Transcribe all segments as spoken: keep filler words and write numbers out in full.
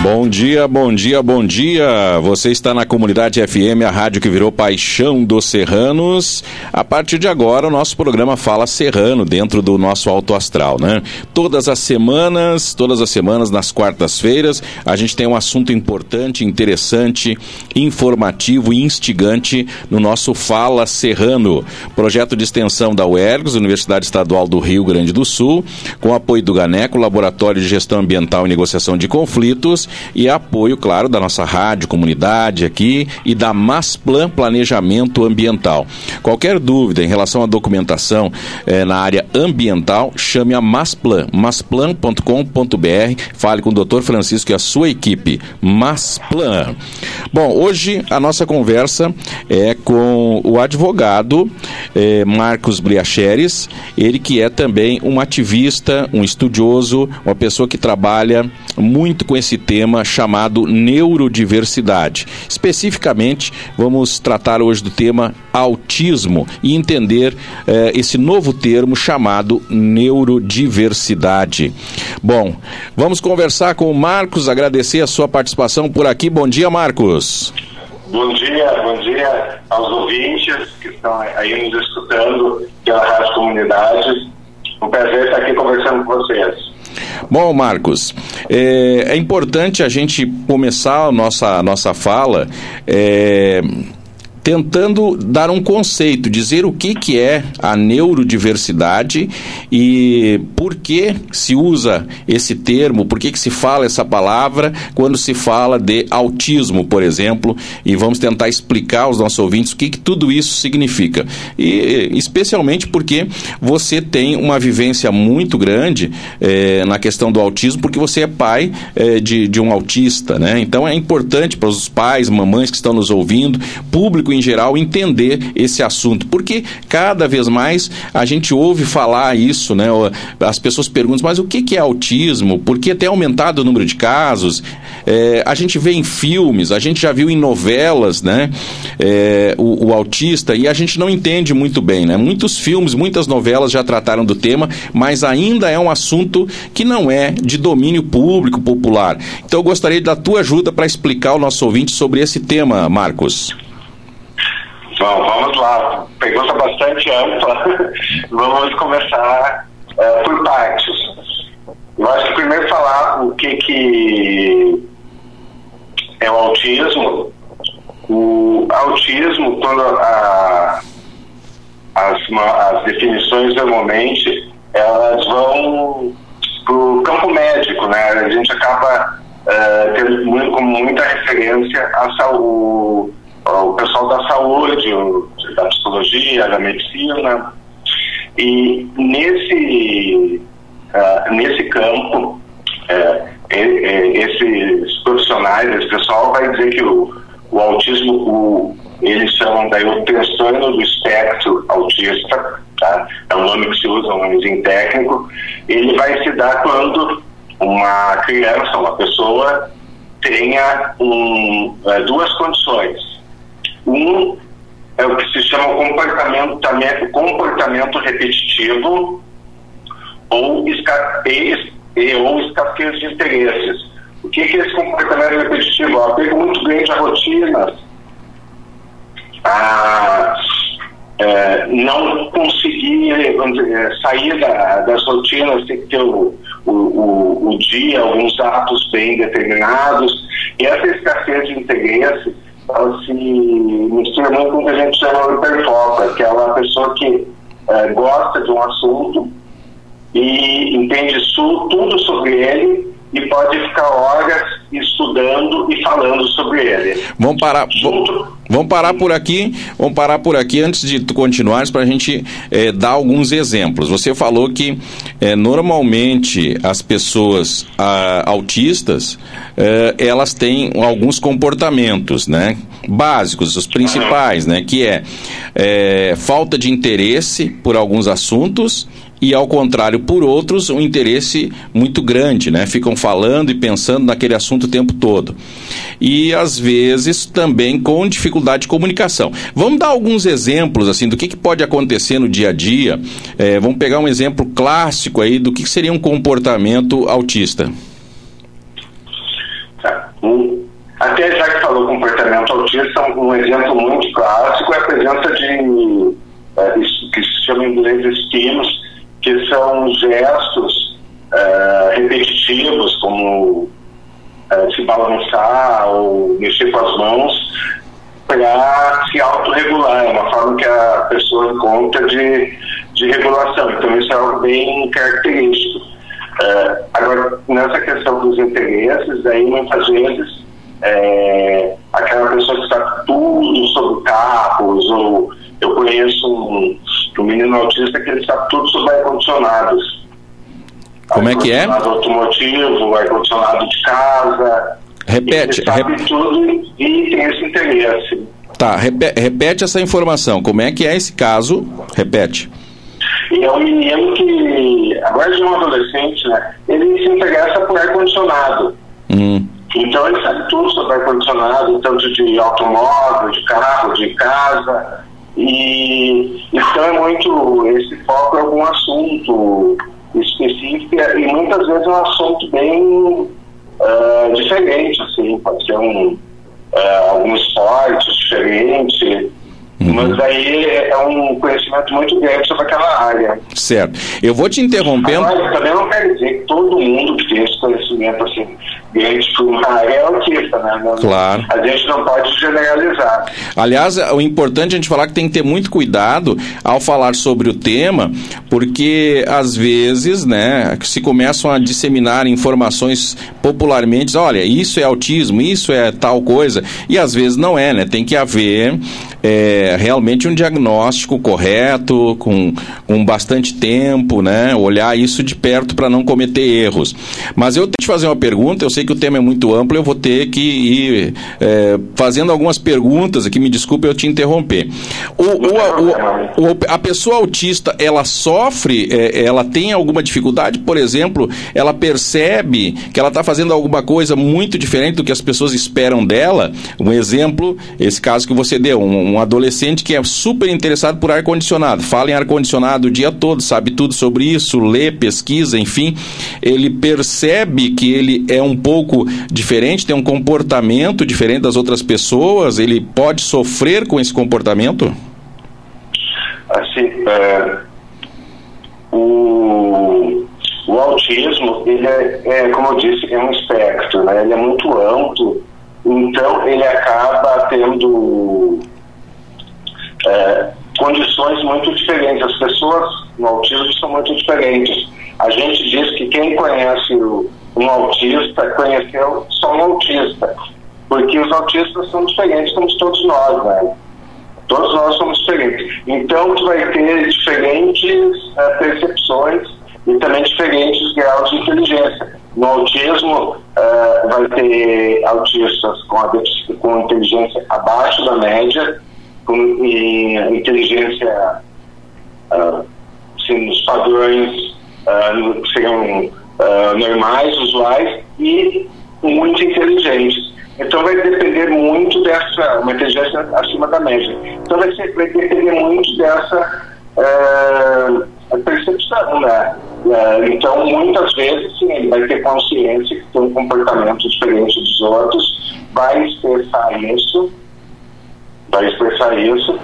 Bom dia, bom dia, bom dia. Você está na Comunidade F M, a rádio que virou paixão dos serranos. A partir de agora, o nosso programa Fala Serrano, dentro do nosso Alto Astral, né? Todas as semanas, todas as semanas, nas quartas-feiras, a gente tem um assunto importante, interessante, informativo e instigante no nosso Fala Serrano. Projeto de extensão da U E R G S, Universidade Estadual do Rio Grande do Sul, com apoio do GANECO, Laboratório de Gestão Ambiental e Negociação de Conflitos, e apoio, claro, da nossa rádio, comunidade aqui, e da Masplan Planejamento Ambiental. Qualquer dúvida em relação à documentação eh, na área ambiental, chame a Masplan, masplan ponto com ponto b r, fale com o doutor Francisco e a sua equipe. Masplan. Bom, hoje a nossa conversa é com o advogado eh, Marcos Briacheres, ele que é também um ativista, um estudioso, uma pessoa que trabalha muito com esse tema chamado neurodiversidade. Especificamente, vamos tratar hoje do tema autismo e entender eh, esse novo termo chamado neurodiversidade. Bom, vamos conversar com o Marcos, agradecer a sua participação por aqui. Bom dia, Marcos. Bom dia, bom dia aos ouvintes que estão aí nos escutando pela Rádio Comunidade. Um prazer estar aqui conversando com vocês. Bom, Marcos, é, é importante a gente começar a nossa, nossa fala é, tentando dar um conceito, dizer o que, que é a neurodiversidade e por que se usa esse termo, por que, que se fala essa palavra quando se fala de autismo, por exemplo, e vamos tentar explicar aos nossos ouvintes o que, que tudo isso significa. E especialmente porque você tem uma vivência muito grande eh, na questão do autismo, porque você é pai eh, de, de um autista, né? Então é importante para os pais, mamães que estão nos ouvindo, público em geral, entender esse assunto, porque cada vez mais a gente ouve falar isso, né? As pessoas perguntam, mas o que, que é autismo? Por que tem aumentado o número de casos? É, a gente vê em filmes, a gente já viu em novelas, né? É, o, o autista, e a gente não entende muito bem, né? Muitos filmes, muitas novelas já trataram do tema, mas ainda é um assunto que não é de domínio público, popular. Então eu gostaria da tua ajuda para explicar ao nosso ouvinte sobre esse tema, Marcos. Bom, vamos lá. Pergunta bastante ampla. Vamos começar uh, por partes. Eu acho que primeiro falar o que, que é o autismo. O autismo, quando a, as, as definições normalmente elas vão para o campo médico, né? A gente acaba uh, tendo muito, como muita referência à saúde, o pessoal da saúde, da psicologia, da medicina, e nesse, uh, nesse campo, uh, esses profissionais, esse pessoal vai dizer que o, o autismo, o, eles chamam daí o transtorno do espectro autista, tá? É um nome que se usa, um nomezinho técnico. Ele vai se dar quando uma criança, uma pessoa, tenha um, uh, duas condições. Um é o que se chama comportamento, comportamento repetitivo ou, esca, e, e, ou escassez de interesses. O que, que é esse comportamento repetitivo? É um apego muito grande a rotinas, a é, não conseguir, vamos dizer, sair da, das rotinas, tem que ter o, o, o, o dia, alguns atos bem determinados, e essa escassez de interesse ela se mistura muito com o que a gente chama de hiperfoco, aquela pessoa que é, gosta de um assunto e entende su- tudo sobre ele e pode ficar horas estudando e falando sobre ele. Vamos parar, vamos parar por aqui, vamos parar por aqui antes de tu continuares para a gente é, dar alguns exemplos. Você falou que é, normalmente as pessoas a, autistas é, elas têm alguns comportamentos, né, básicos, os principais, né, que é, é falta de interesse por alguns assuntos e, ao contrário, por outros, um interesse muito grande, né? Ficam falando e pensando naquele assunto o tempo todo. E, às vezes, também com dificuldade de comunicação. Vamos dar alguns exemplos, assim, do que, que pode acontecer no dia a dia. É, vamos pegar um exemplo clássico aí do que seria um comportamento autista. até já que falou comportamento autista, um exemplo muito clássico é a presença de, é, isso que se chama em inglês estímulos, que são gestos é, repetitivos, como é, se balançar ou mexer com as mãos, para se autorregular. É uma forma que a pessoa encontra de, de regulação. Então isso é algo bem característico. Uh, agora, nessa questão dos interesses, aí muitas vezes é, aquela pessoa que sabe tudo sobre carros, ou eu conheço um, um menino autista que ele sabe tudo sobre ar-condicionados. Como é que é? Ar-condicionado automotivo, ar-condicionado de casa. Repete. Ele sabe rep... tudo e tem esse interesse. Tá, repete, repete essa informação. Como é que é esse caso? Repete. E é um menino que, agora de um adolescente, né, ele se interessa por ar-condicionado. Hum. Então ele sabe tudo sobre ar-condicionado, tanto de automóvel, de carro, de casa. E então é muito, esse foco é algum assunto específico e muitas vezes é um assunto bem uh, diferente, assim, pode ser um, uh, algum esporte diferente. Uhum. Mas aí é um conhecimento muito grande sobre aquela área. Certo. Eu vou te interrompendo. Agora, também não quer dizer que todo mundo que tem esse conhecimento assim, grande por uma área é autista, né? Não, claro. A gente não pode generalizar. Aliás, o importante é a gente falar que tem que ter muito cuidado ao falar sobre o tema, porque às vezes, né, se começam a disseminar informações popularmente, olha, isso é autismo, isso é tal coisa, e às vezes não é, né? Tem que haver é, realmente um diagnóstico correto, com, com bastante tempo, né? Olhar isso de perto para não cometer erros. Mas eu tenho que te fazer uma pergunta, eu sei que o tema é muito amplo, eu vou ter que ir é, fazendo algumas perguntas aqui, me desculpe eu te interromper. O, o, o, o, a pessoa autista, ela sofre, é, ela tem alguma dificuldade, por exemplo, ela percebe que ela está fazendo alguma coisa muito diferente do que as pessoas esperam dela? Um exemplo, esse caso que você deu, um, um adolescente que é super interessado por ar-condicionado, fala em ar-condicionado o dia todo, sabe tudo sobre isso, lê, pesquisa, enfim, ele percebe que ele é um pouco diferente, tem um comportamento diferente das outras pessoas, ele pode sofrer com esse comportamento? Assim, é, o, o autismo, ele é, é, como eu disse, é um espectro, né? Ele é muito amplo, então ele acaba tendo é, condições muito diferentes. As pessoas no autismo são muito diferentes. A gente diz que quem conhece o, um autista conheceu só um autista, porque os autistas são diferentes como todos nós, né? Todos nós somos diferentes. Então, tu vai ter diferentes uh, percepções e também diferentes graus de inteligência. No autismo, uh, vai ter autistas com, a, com inteligência abaixo da média, com e, inteligência uh, assim, nos padrões uh, que seriam uh, normais, usuais, e muito inteligentes. Então vai depender muito dessa, uma inteligência acima da média. Então vai, ser, vai depender muito dessa uh, percepção, né? Uh, então muitas vezes sim, ele vai ter consciência que tem um comportamento diferente dos outros, vai expressar isso, vai expressar isso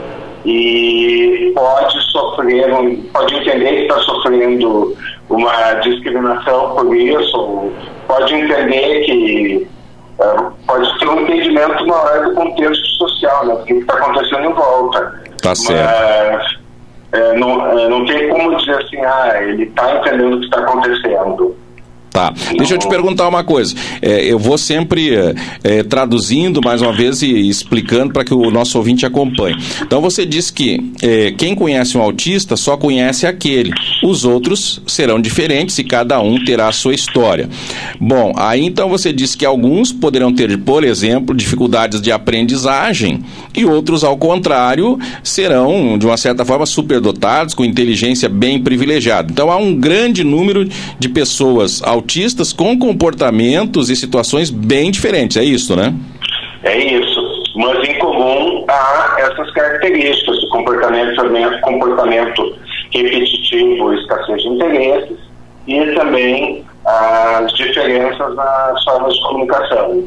e pode sofrer, pode entender que está sofrendo uma discriminação por isso, pode entender que uh, pode ter um entendimento maior do contexto social, né, do que está acontecendo em volta. Tá certo. Mas é, não, é, não tem como dizer assim, ah, ele está entendendo o que está acontecendo. Tá, deixa eu te perguntar uma coisa, é, eu vou sempre é, traduzindo mais uma vez e explicando para que o nosso ouvinte acompanhe. Então você diz que é, quem conhece um autista só conhece aquele, os outros serão diferentes e cada um terá a sua história. Bom, aí então você diz que alguns poderão ter, por exemplo, dificuldades de aprendizagem e outros, ao contrário, serão de uma certa forma superdotados, com inteligência bem privilegiada. Então há um grande número de pessoas autistas autistas com comportamentos e situações bem diferentes, é isso, né? É isso, mas em comum há essas características do comportamento, comportamento repetitivo, escassez de interesses e também as diferenças nas formas de comunicação.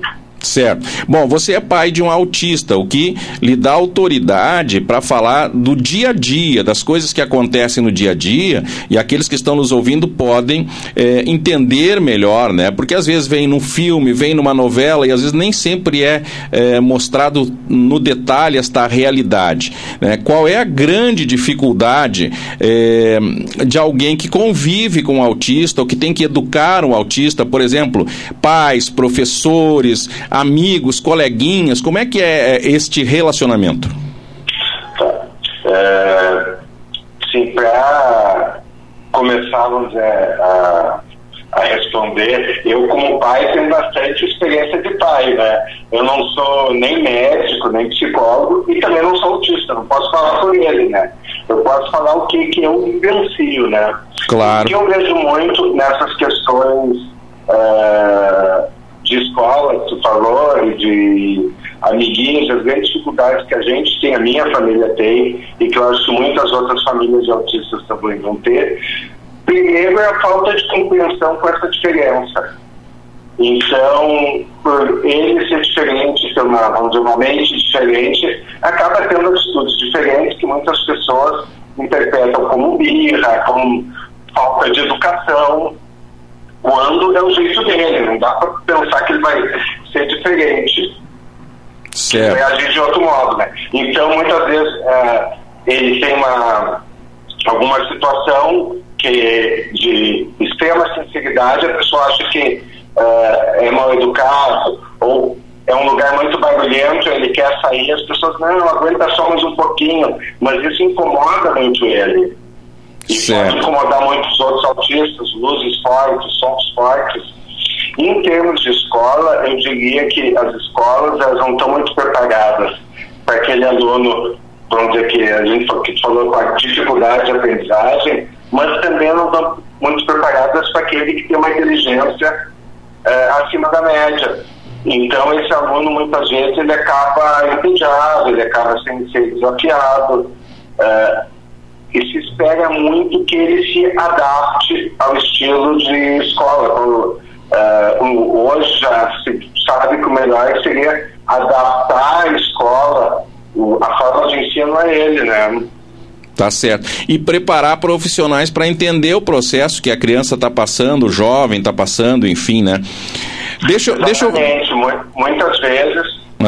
Certo. Bom, você é pai de um autista, o que lhe dá autoridade para falar do dia a dia, das coisas que acontecem no dia a dia, e aqueles que estão nos ouvindo podem é, entender melhor, né? Porque às vezes vem num filme, vem numa novela, e às vezes nem sempre é, é mostrado no detalhe esta realidade, né? Qual é a grande dificuldade é, de alguém que convive com um autista, ou que tem que educar um autista, por exemplo, pais, professores, amigos, coleguinhas, como é que é este relacionamento? Tá. É, sim, para começar, vamos dizer, a, a responder, eu como pai tenho bastante experiência de pai, né? Eu não sou nem médico, nem psicólogo e também não sou autista, não posso falar por ele, né? Eu posso falar o que, que eu vivencio, né? Claro. O que eu vejo muito nessas questões uh, de escola, que tu falou, e de amiguinhos, as grandes dificuldades que a gente tem, a minha família tem, e que eu acho que muitas outras famílias de autistas também vão ter. Primeiro é a falta de compreensão com essa diferença. Então, por ele ser diferente, ter uma, vamos dizer, uma mente diferente, acaba tendo atitudes diferentes que muitas pessoas interpretam como birra, como falta de educação, quando é o jeito dele. Não dá para pensar que ele vai ser diferente, certo, vai agir de outro modo, né? Então, muitas vezes, uh, ele tem uma, alguma situação que de extrema sensibilidade, a pessoa acha que uh, é mal educado, ou é um lugar muito barulhento, ele quer sair, as pessoas, não, aguenta só mais um pouquinho, mas isso incomoda muito ele. E certo, pode incomodar muitos outros autistas, luzes fortes, sons fortes. Em termos de escola, eu diria que as escolas, elas não estão muito preparadas para aquele aluno, vamos dizer que a gente que falou com a dificuldade de aprendizagem, mas também não estão muito preparadas para aquele que tem uma inteligência eh, acima da média. Então, esse aluno, muitas vezes, ele acaba entediado, ele acaba sem ser desafiado, eh, e se espera muito que ele se adapte ao estilo de escola. Quando, uh, hoje já se sabe que o melhor seria adaptar a escola, a forma de ensino a ele, né? Tá certo. E preparar profissionais para entender o processo que a criança está passando, o jovem está passando, enfim, né? Deixa, Exatamente. deixa eu... Muitas vezes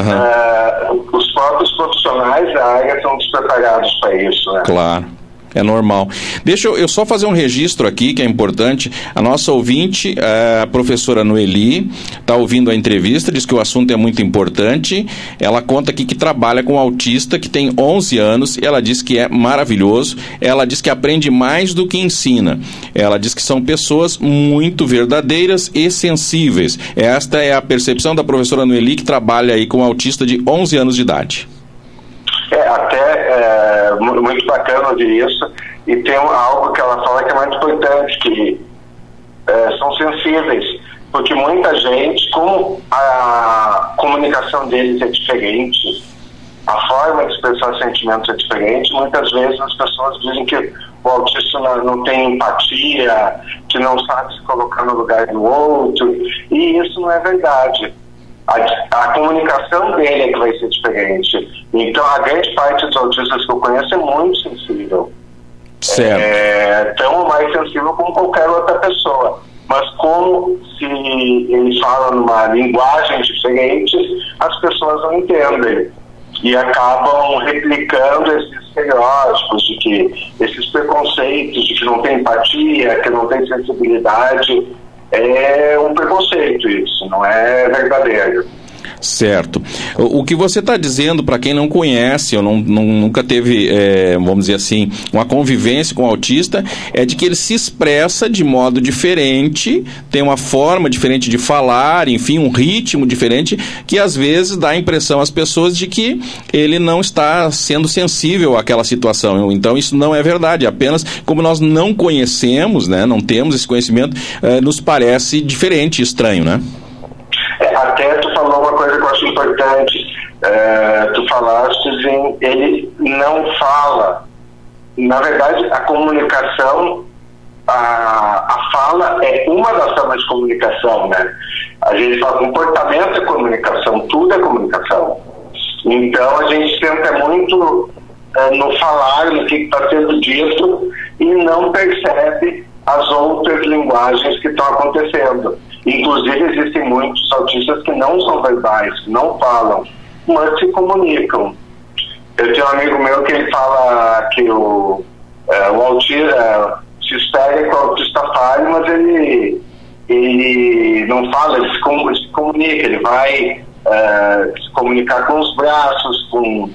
uhum. uh, os próprios profissionais da área são despreparados para isso, né? Claro. É normal. Deixa eu, eu só fazer um registro aqui, que é importante. A nossa ouvinte, a professora Noeli, está ouvindo a entrevista, diz que o assunto é muito importante. Ela conta aqui que trabalha com um autista que tem onze anos, e ela diz que é maravilhoso. Ela diz que aprende mais do que ensina. Ela diz que são pessoas muito verdadeiras e sensíveis. Esta é a percepção da professora Noeli, que trabalha aí com um autista de onze anos de idade. É, até é, muito bacana ouvir isso, e tem algo que ela fala que é muito importante, que é, são sensíveis, porque muita gente, como a comunicação deles é diferente, a forma de expressar sentimentos é diferente, muitas vezes as pessoas dizem que o autista não, não tem empatia, que não sabe se colocar no lugar do outro, e isso não é verdade. A, a comunicação dele é que vai ser diferente. Então, a grande parte dos autistas que eu conheço é muito sensível. Certo. É tão mais sensível como qualquer outra pessoa. Mas como se ele fala numa linguagem diferente, as pessoas não entendem. E acabam replicando esses estereótipos de que, esses preconceitos de que não tem empatia, que não tem sensibilidade. É um preconceito isso, não é verdadeiro. Certo. O, o que você está dizendo, para quem não conhece ou não, não, nunca teve, é, vamos dizer assim, uma convivência com o autista, é de que ele se expressa de modo diferente, tem uma forma diferente de falar, enfim, um ritmo diferente, que às vezes dá a impressão às pessoas de que ele não está sendo sensível àquela situação. Então isso não é verdade, apenas como nós não conhecemos, né, não temos esse conhecimento, é, nos parece diferente, estranho, né? É, até tu falou uma coisa que eu acho importante, é, tu falaste em ele não fala. Na verdade, a comunicação, a, a fala é uma das formas de comunicação, né? A gente fala comportamento é comunicação, tudo é comunicação. Então a gente tenta muito uh, no falar, no que está sendo dito, e não percebe as outras linguagens que estão acontecendo. Inclusive existem muitos autistas que não são verbais, que não falam, mas se comunicam. Eu tenho um amigo meu que ele fala que o, é, o autista se espera que o autista fale, mas ele, ele não fala, ele se, com, se comunica, ele vai é, se comunicar com os braços, com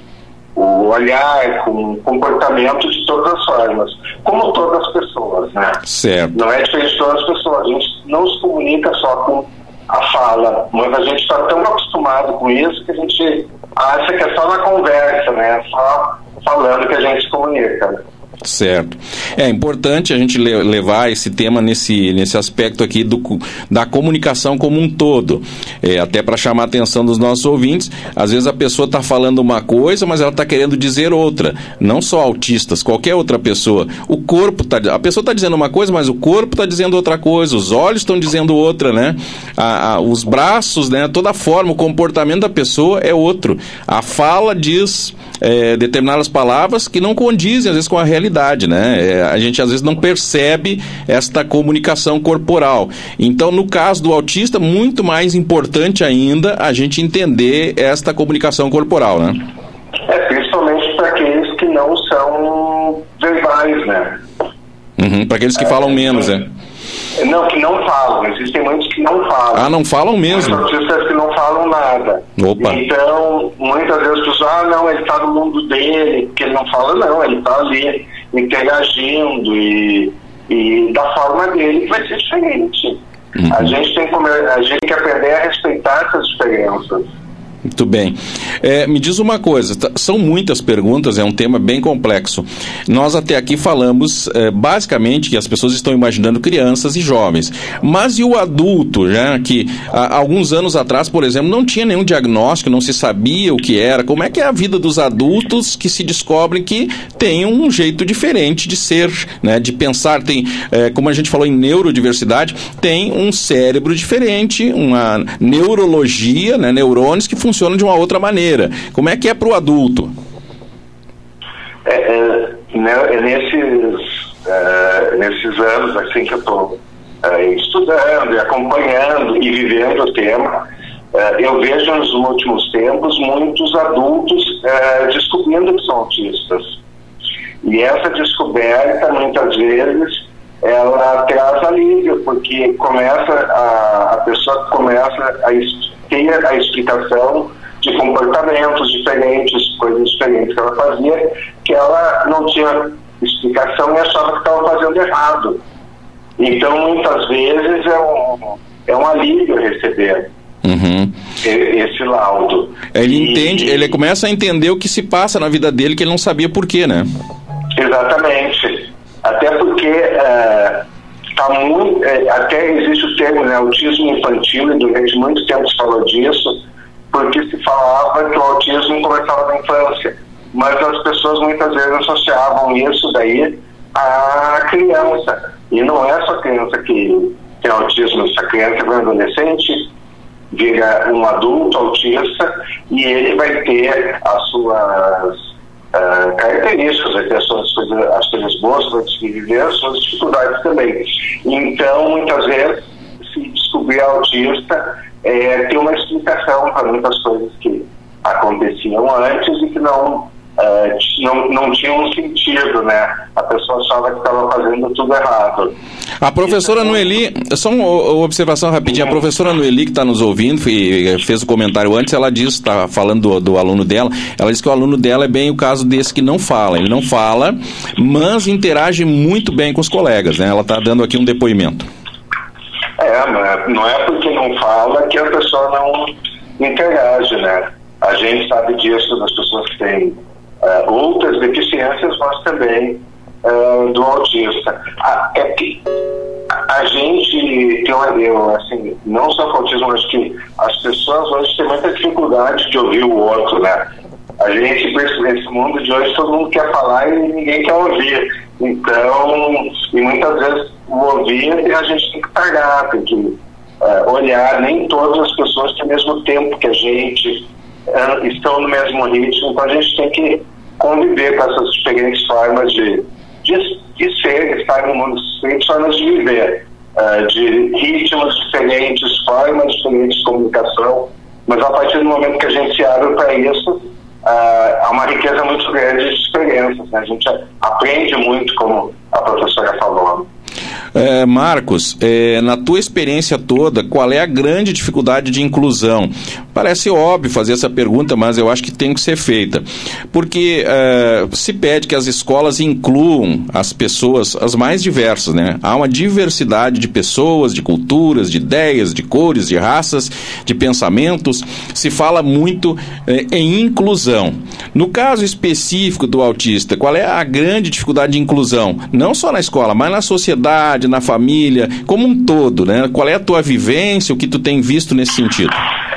o olhar, com o comportamento de todas as formas, como todas as pessoas, né? Certo. Não é diferente de todas as pessoas, a gente não se comunica só com a fala, mas a gente está tão acostumado com isso que a gente acha que é só na conversa, né? Só falando que a gente se comunica. Certo. É importante a gente le- levar esse tema nesse, nesse aspecto aqui do, da comunicação como um todo, é, até para chamar a atenção dos nossos ouvintes. Às vezes a pessoa está falando uma coisa, mas ela está querendo dizer outra. Não só autistas, qualquer outra pessoa. O corpo tá, a pessoa está dizendo uma coisa, mas o corpo está dizendo outra coisa, os olhos estão dizendo outra, né? A, a, os braços, né? Toda a forma, o comportamento da pessoa é outro. A fala diz é, determinadas palavras que não condizem às vezes com a realidade. Né? É, a gente às vezes não percebe esta comunicação corporal. Então, no caso do autista, muito mais importante ainda a gente entender esta comunicação corporal, né? É, principalmente para aqueles que não são verbais, né? Uhum, para aqueles que é, falam menos, né? Não, que não falam. Existem muitos que não falam. Ah, não falam mesmo? Muitos autistas que não falam nada. Opa. Então, muitas vezes as pessoas, ah, não, ele está no mundo dele, porque ele não fala, não, ele está ali interagindo e, e da forma dele que vai ser diferente. Uhum. A gente tem que, a gente tem que aprender a respeitar essas diferenças. Muito bem. É, me diz uma coisa, t- são muitas perguntas, é um tema bem complexo. Nós até aqui falamos, é, basicamente, que as pessoas estão imaginando crianças e jovens. Mas e o adulto, né? Que há alguns anos atrás, por exemplo, não tinha nenhum diagnóstico, não se sabia o que era. Como é que é a vida dos adultos que se descobrem que tem um jeito diferente de ser, né? De pensar, tem, é, como a gente falou em neurodiversidade, tem um cérebro diferente, uma neurologia, né? Neurônios que funcionam funcionam de uma outra maneira. Como é que é para o adulto? É, é, né, nesses, é, nesses anos assim, que eu estou é, estudando e acompanhando e vivendo o tema, é, eu vejo nos últimos tempos muitos adultos é, descobrindo que são autistas. E essa descoberta, muitas vezes, ela traz alívio, porque começa a, a pessoa começa a ter a explicação de comportamentos diferentes, coisas diferentes que ela fazia, que ela não tinha explicação e achava que estava fazendo errado. Então, muitas vezes, é um, é um alívio receber uhum. esse laudo. Ele e, entende, ele começa a entender o que se passa na vida dele, que ele não sabia por quê, né? Exatamente. Até porque... É, Tá muito, é, até existe o termo, né, autismo infantil, e durante muito tempo se falou disso, porque se falava que o autismo começava na infância, mas as pessoas muitas vezes associavam isso daí à criança, e não é só a criança que tem autismo, essa criança vai adolescente, vira um adulto autista, e ele vai ter as suas Uh, características, vai ter as suas coisas, as coisas boas, vai viver as suas dificuldades também. Então, muitas vezes, se descobrir autista, é, tem uma explicação para muitas coisas que aconteciam antes e que não, uh, não, não tinham sentido, né? A pessoa achava que estava fazendo tudo errado. A professora Noeli, só uma observação rapidinha, a professora Noeli que está nos ouvindo, fez o comentário antes, ela disse, está falando do, do aluno dela, ela disse que o aluno dela é bem o caso desse que não fala, ele não fala, mas interage muito bem com os colegas, né? Ela está dando aqui um depoimento. É, não é porque não fala que a pessoa não interage, né? A gente sabe disso das pessoas que têm uh, outras deficiências, mas também Uh, do autista. Ah, é que a gente tem uma ideia, assim, não só com autismo, acho que as pessoas hoje têm muita dificuldade de ouvir o outro, né? A gente, nesse mundo de hoje, todo mundo quer falar e ninguém quer ouvir. Então, e muitas vezes o ouvir a gente tem que pagar, tem que uh, olhar, nem todas as pessoas têm o mesmo tempo que a gente, uh, estão no mesmo ritmo, então a gente tem que conviver com essas diferentes formas de, de, de ser, estar no mundo, diferentes formas de viver, uh, de ritmos diferentes, formas diferentes de comunicação, mas a partir do momento que a gente se abre para isso, uh, há uma riqueza muito grande de experiências, né? A gente aprende muito, como a professora falou. É, Marcos, é, na tua experiência toda, qual é a grande dificuldade de inclusão? Parece óbvio fazer essa pergunta, mas eu acho que tem que ser feita. Porque é, se pede que as escolas incluam as pessoas, as mais diversas, né? Há uma diversidade de pessoas, de culturas, de ideias, de cores, de raças, de pensamentos. Se fala muito é, em inclusão. No caso específico do autista, qual é a grande dificuldade de inclusão? Não só na escola, mas na sociedade, na família, como um todo, né? Qual é a tua vivência, o que tu tem visto nesse sentido?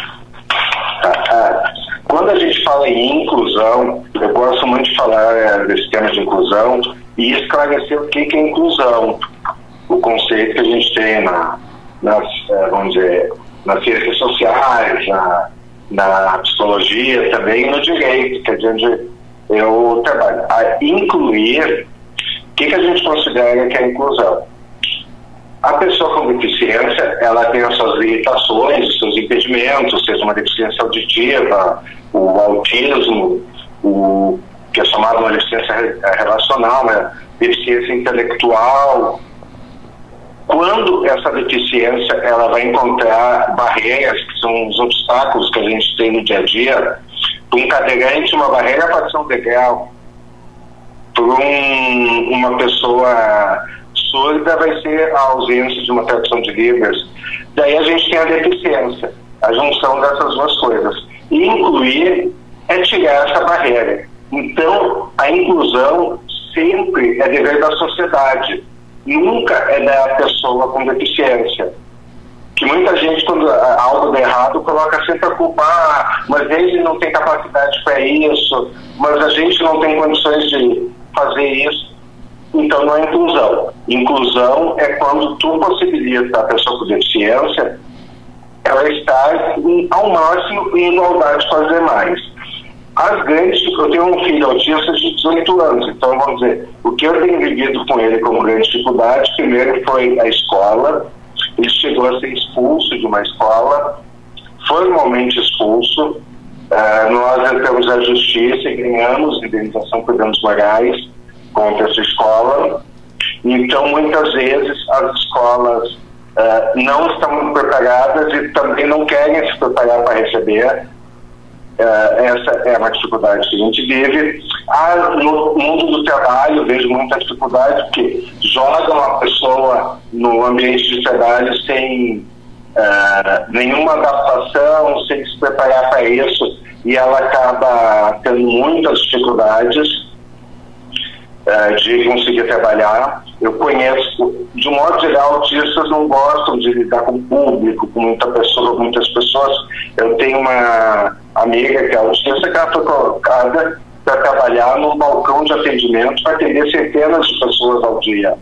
Quando a gente fala em inclusão, eu gosto muito de falar é, desse tema de inclusão e esclarecer o que é inclusão, o conceito que a gente tem na, nas, é, vamos dizer, nas ciências sociais, na, na psicologia também e no direito, que é onde eu trabalho. A incluir, o que, que a gente considera que é inclusão? A pessoa com deficiência, ela tem as suas limitações, os seus impedimentos, seja uma deficiência auditiva, o autismo, o que é chamado uma deficiência relacional, né? Deficiência intelectual. Quando essa deficiência ela vai encontrar barreiras, que são os obstáculos que a gente tem no dia a dia, para um cadeirante, uma barreira pode ser um degrau. Para um, uma pessoa surda vai ser a ausência de uma tradução de Libras. Daí a gente tem a deficiência, a junção dessas duas coisas. E incluir é tirar essa barreira. Então, a inclusão sempre é dever da sociedade, nunca é da pessoa com deficiência. Que muita gente, quando algo dá errado, coloca sempre a culpa, ah, mas ele não tem capacidade para isso, mas a gente não tem condições de fazer isso. Então não é inclusão. Inclusão é quando tu possibilita a pessoa com deficiência ela estar em, ao máximo em igualdade com as demais. As grandes, eu tenho um filho autista de dezoito anos, então vamos dizer, o que eu tenho vivido com ele como grande dificuldade, primeiro foi a escola. Ele chegou a ser expulso de uma escola, formalmente expulso. Uh, nós entramos na justiça e ganhamos indenização por danos morais contra essa escola. Então, muitas vezes, as escolas uh, não estão preparadas e também não querem se preparar para receber. Uh, essa é uma dificuldade que a gente vive. Ah, no mundo do trabalho, vejo muita dificuldade, porque jogam a pessoa no ambiente de trabalho sem uh, nenhuma adaptação, sem se preparar para isso, e ela acaba tendo muitas dificuldades uh, de conseguir trabalhar. Eu conheço, de um modo geral, autistas não gostam de lidar com o público, com muita pessoa, com muitas pessoas. Eu tenho uma amiga que é autista, que ela foi colocada para trabalhar num balcão de atendimento para atender centenas de pessoas ao dia,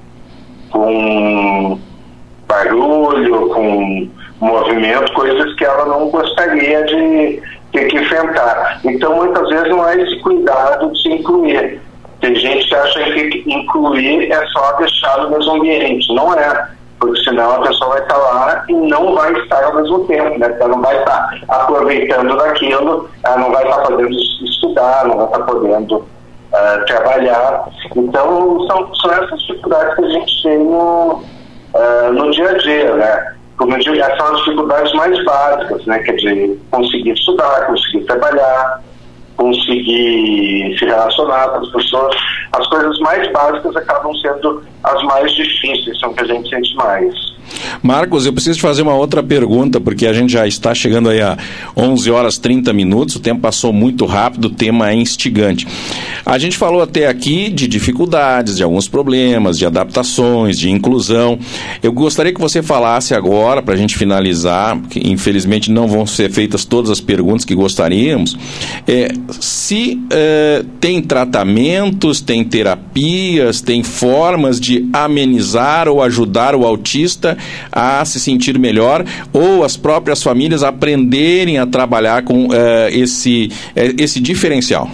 com barulho, com movimento, coisas que ela não gostaria de ter que enfrentar. Então, muitas vezes não é esse cuidado de se incluir. Tem gente que acha que incluir é só deixar no mesmo ambiente. Não é, porque senão a pessoa vai estar lá e não vai estar ao mesmo tempo, né? Ela não vai estar aproveitando daquilo, ela não vai estar podendo estudar, não vai estar podendo uh, trabalhar. Então, são, são essas dificuldades que a gente tem no, uh, no dia a dia, né? Como eu digo, essas são as dificuldades mais básicas, né? Que é de conseguir estudar, conseguir trabalhar, conseguir se relacionar com as pessoas. As coisas mais básicas acabam sendo as mais difíceis, são que a gente sente mais. Marcos, eu preciso te fazer uma outra pergunta, porque a gente já está chegando aí a onze horas e trinta minutos, o tempo passou muito rápido, o tema é instigante. A gente falou até aqui de dificuldades, de alguns problemas, de adaptações, de inclusão. Eu gostaria que você falasse agora, para a gente finalizar, porque infelizmente não vão ser feitas todas as perguntas que gostaríamos, é, se é, tem tratamentos, tem terapias, tem formas de amenizar ou ajudar o autista a se sentir melhor ou as próprias famílias aprenderem a trabalhar com uh, esse, uh, esse diferencial?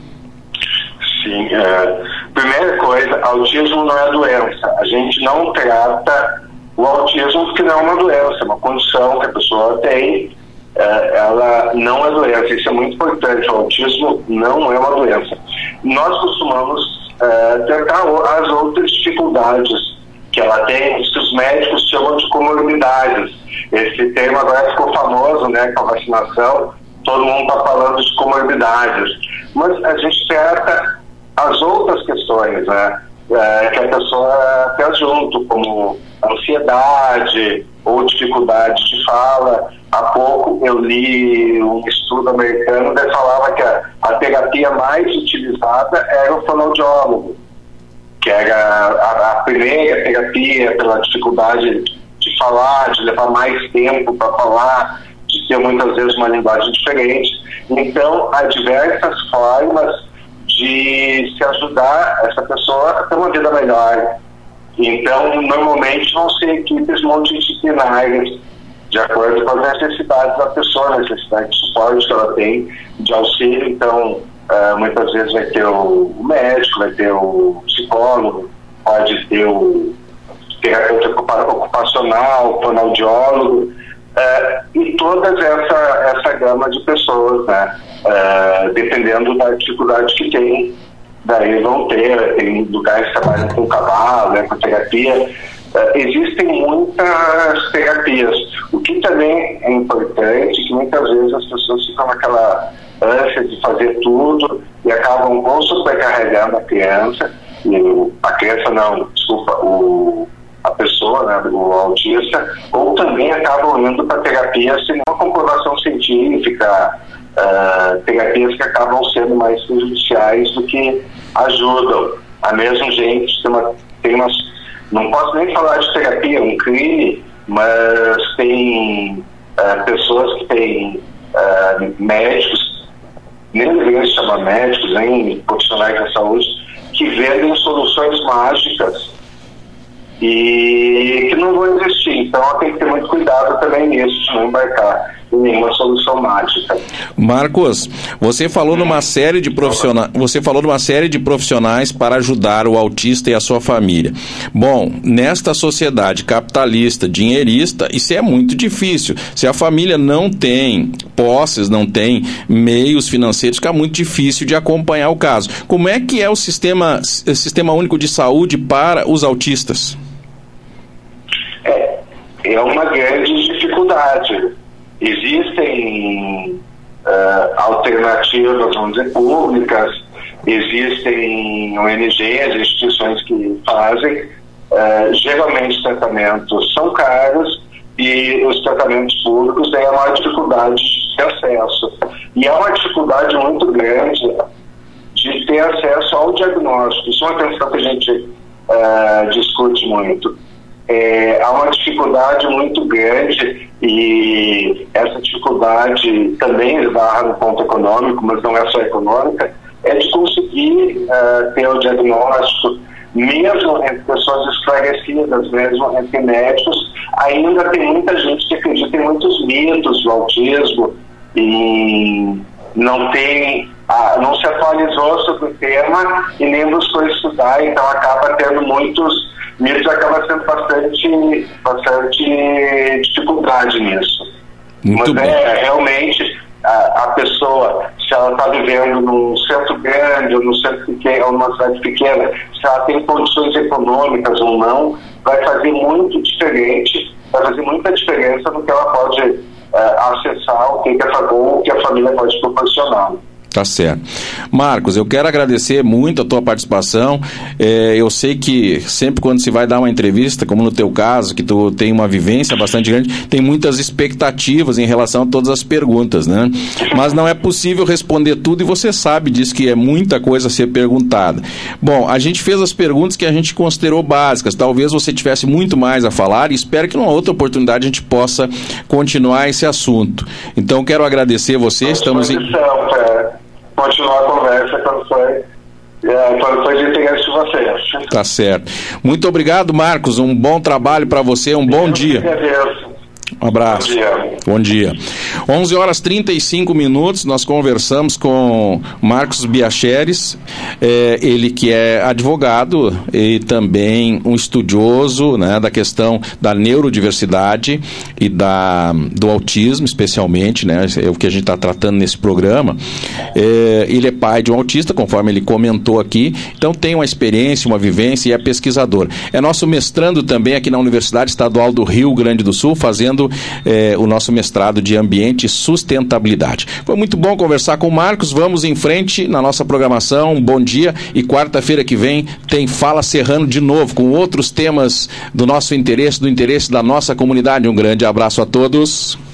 Sim, uh, primeira coisa, autismo não é doença. A gente não trata o autismo porque não é uma doença, é uma condição que a pessoa tem, uh, ela não é doença. Isso é muito importante, o autismo não é uma doença. Nós costumamos uh, tratar as outras dificuldades que ela tem, que os médicos chamam de comorbidades. Esse termo agora ficou famoso, né, com a vacinação, todo mundo está falando de comorbidades. Mas a gente trata as outras questões, né, é, que a pessoa tem junto, como ansiedade ou dificuldade de fala. Há pouco eu li um estudo americano que falava que a, a terapia mais utilizada era o fonoaudiólogo, que era a, a primeira terapia pela dificuldade de falar, de levar mais tempo para falar, de ter muitas vezes uma linguagem diferente. Então, há diversas formas de se ajudar essa pessoa a ter uma vida melhor. Então, normalmente vão ser equipes multidisciplinares, de acordo com as necessidades da pessoa, a necessidade de suporte que ela tem, de auxílio. Então, uh, muitas vezes vai ter o médico, vai ter o psicólogo, pode ter o terapeuta ocupacional, o fonoaudiólogo, uh, e toda essa, essa gama de pessoas, né? Uh, dependendo da dificuldade que tem. Daí vão ter, tem lugares que trabalham com cavalo, né, com terapia. Uh, existem muitas terapias. O que também é importante, que muitas vezes as pessoas ficam naquela ânsia de fazer tudo e acabam ou sobrecarregando a criança, e a criança não, desculpa, o, a pessoa, né, o autista, ou também acabam indo para terapia sem uma comprovação científica, uh, terapias que acabam sendo mais prejudiciais do que ajudam. A mesma gente tem uma, tem umas, não posso nem falar de terapia, um crime, mas tem uh, pessoas que têm uh, médicos, nem deveria se chamar médicos, nem profissionais da saúde, que vendem soluções mágicas e que não vão existir. Então tem que ter muito cuidado também nisso, de não embarcar em nenhuma solução mágica. Marcos, você falou numa série de profissionais, você falou numa série de profissionais para ajudar o autista e a sua família. Bom, nesta sociedade capitalista, dinheirista, isso é muito difícil. Se a família não tem posses, não tem meios financeiros, fica muito difícil de acompanhar o caso. Como é que é o sistema, o sistema único de saúde para os autistas? É, é uma grande dificuldade. Existem uh, alternativas, vamos dizer, públicas, existem O N Gs, instituições que fazem. Uh, geralmente os tratamentos são caros e os tratamentos públicos têm a maior dificuldade de acesso. E é uma dificuldade muito grande de ter acesso ao diagnóstico. Isso é uma questão que a gente uh, discute muito. É, há uma dificuldade muito grande e essa dificuldade também esbarra no ponto econômico, mas não é só econômica, é de conseguir uh, ter o diagnóstico, mesmo entre pessoas esclarecidas, mesmo entre médicos. Ainda tem muita gente que acredita em muitos mitos do autismo e não tem, ah, não se atualizou sobre o tema e nem buscou estudar, então acaba tendo muitos mitos, acaba sendo bastante, bastante dificuldade nisso. Muito Mas bem. é realmente a, a pessoa, se ela está vivendo num centro grande ou num centro pequeno, ou numa cidade pequena, se ela tem condições econômicas ou não, vai fazer muito diferente, vai fazer muita diferença no que ela pode uh, acessar, o que, que, a, ou o que a família pode proporcionar. Tá certo. Marcos, eu quero agradecer muito a tua participação. É, eu sei que sempre quando se vai dar uma entrevista, como no teu caso, que tu tem uma vivência bastante grande, tem muitas expectativas em relação a todas as perguntas, né? Mas não é possível responder tudo e você sabe disso, que é muita coisa a ser perguntada. Bom, a gente fez as perguntas que a gente considerou básicas. Talvez você tivesse muito mais a falar e espero que numa outra oportunidade a gente possa continuar esse assunto. Então, quero agradecer você. Estamos em... Continuar a conversa quando for É, foi de interesse de vocês. Tá certo. Muito obrigado, Marcos. Um bom trabalho para você, um bom dia. Um abraço. Bom dia. Bom dia. onze horas e trinta e cinco minutos, nós conversamos com Marcos Biacheres, é, ele que é advogado e também um estudioso, né, da questão da neurodiversidade e da, do autismo, especialmente, né, é o que a gente está tratando nesse programa. É, ele é pai de um autista, conforme ele comentou aqui, então tem uma experiência, uma vivência e é pesquisador. É nosso mestrando também aqui na Universidade Estadual do Rio Grande do Sul, fazendo É, o nosso mestrado de Ambiente e Sustentabilidade. Foi muito bom conversar com o Marcos. Vamos em frente na nossa programação. Bom dia. E quarta-feira que vem tem Fala Serrano de novo, com outros temas do nosso interesse, do interesse da nossa comunidade. Um grande abraço a todos.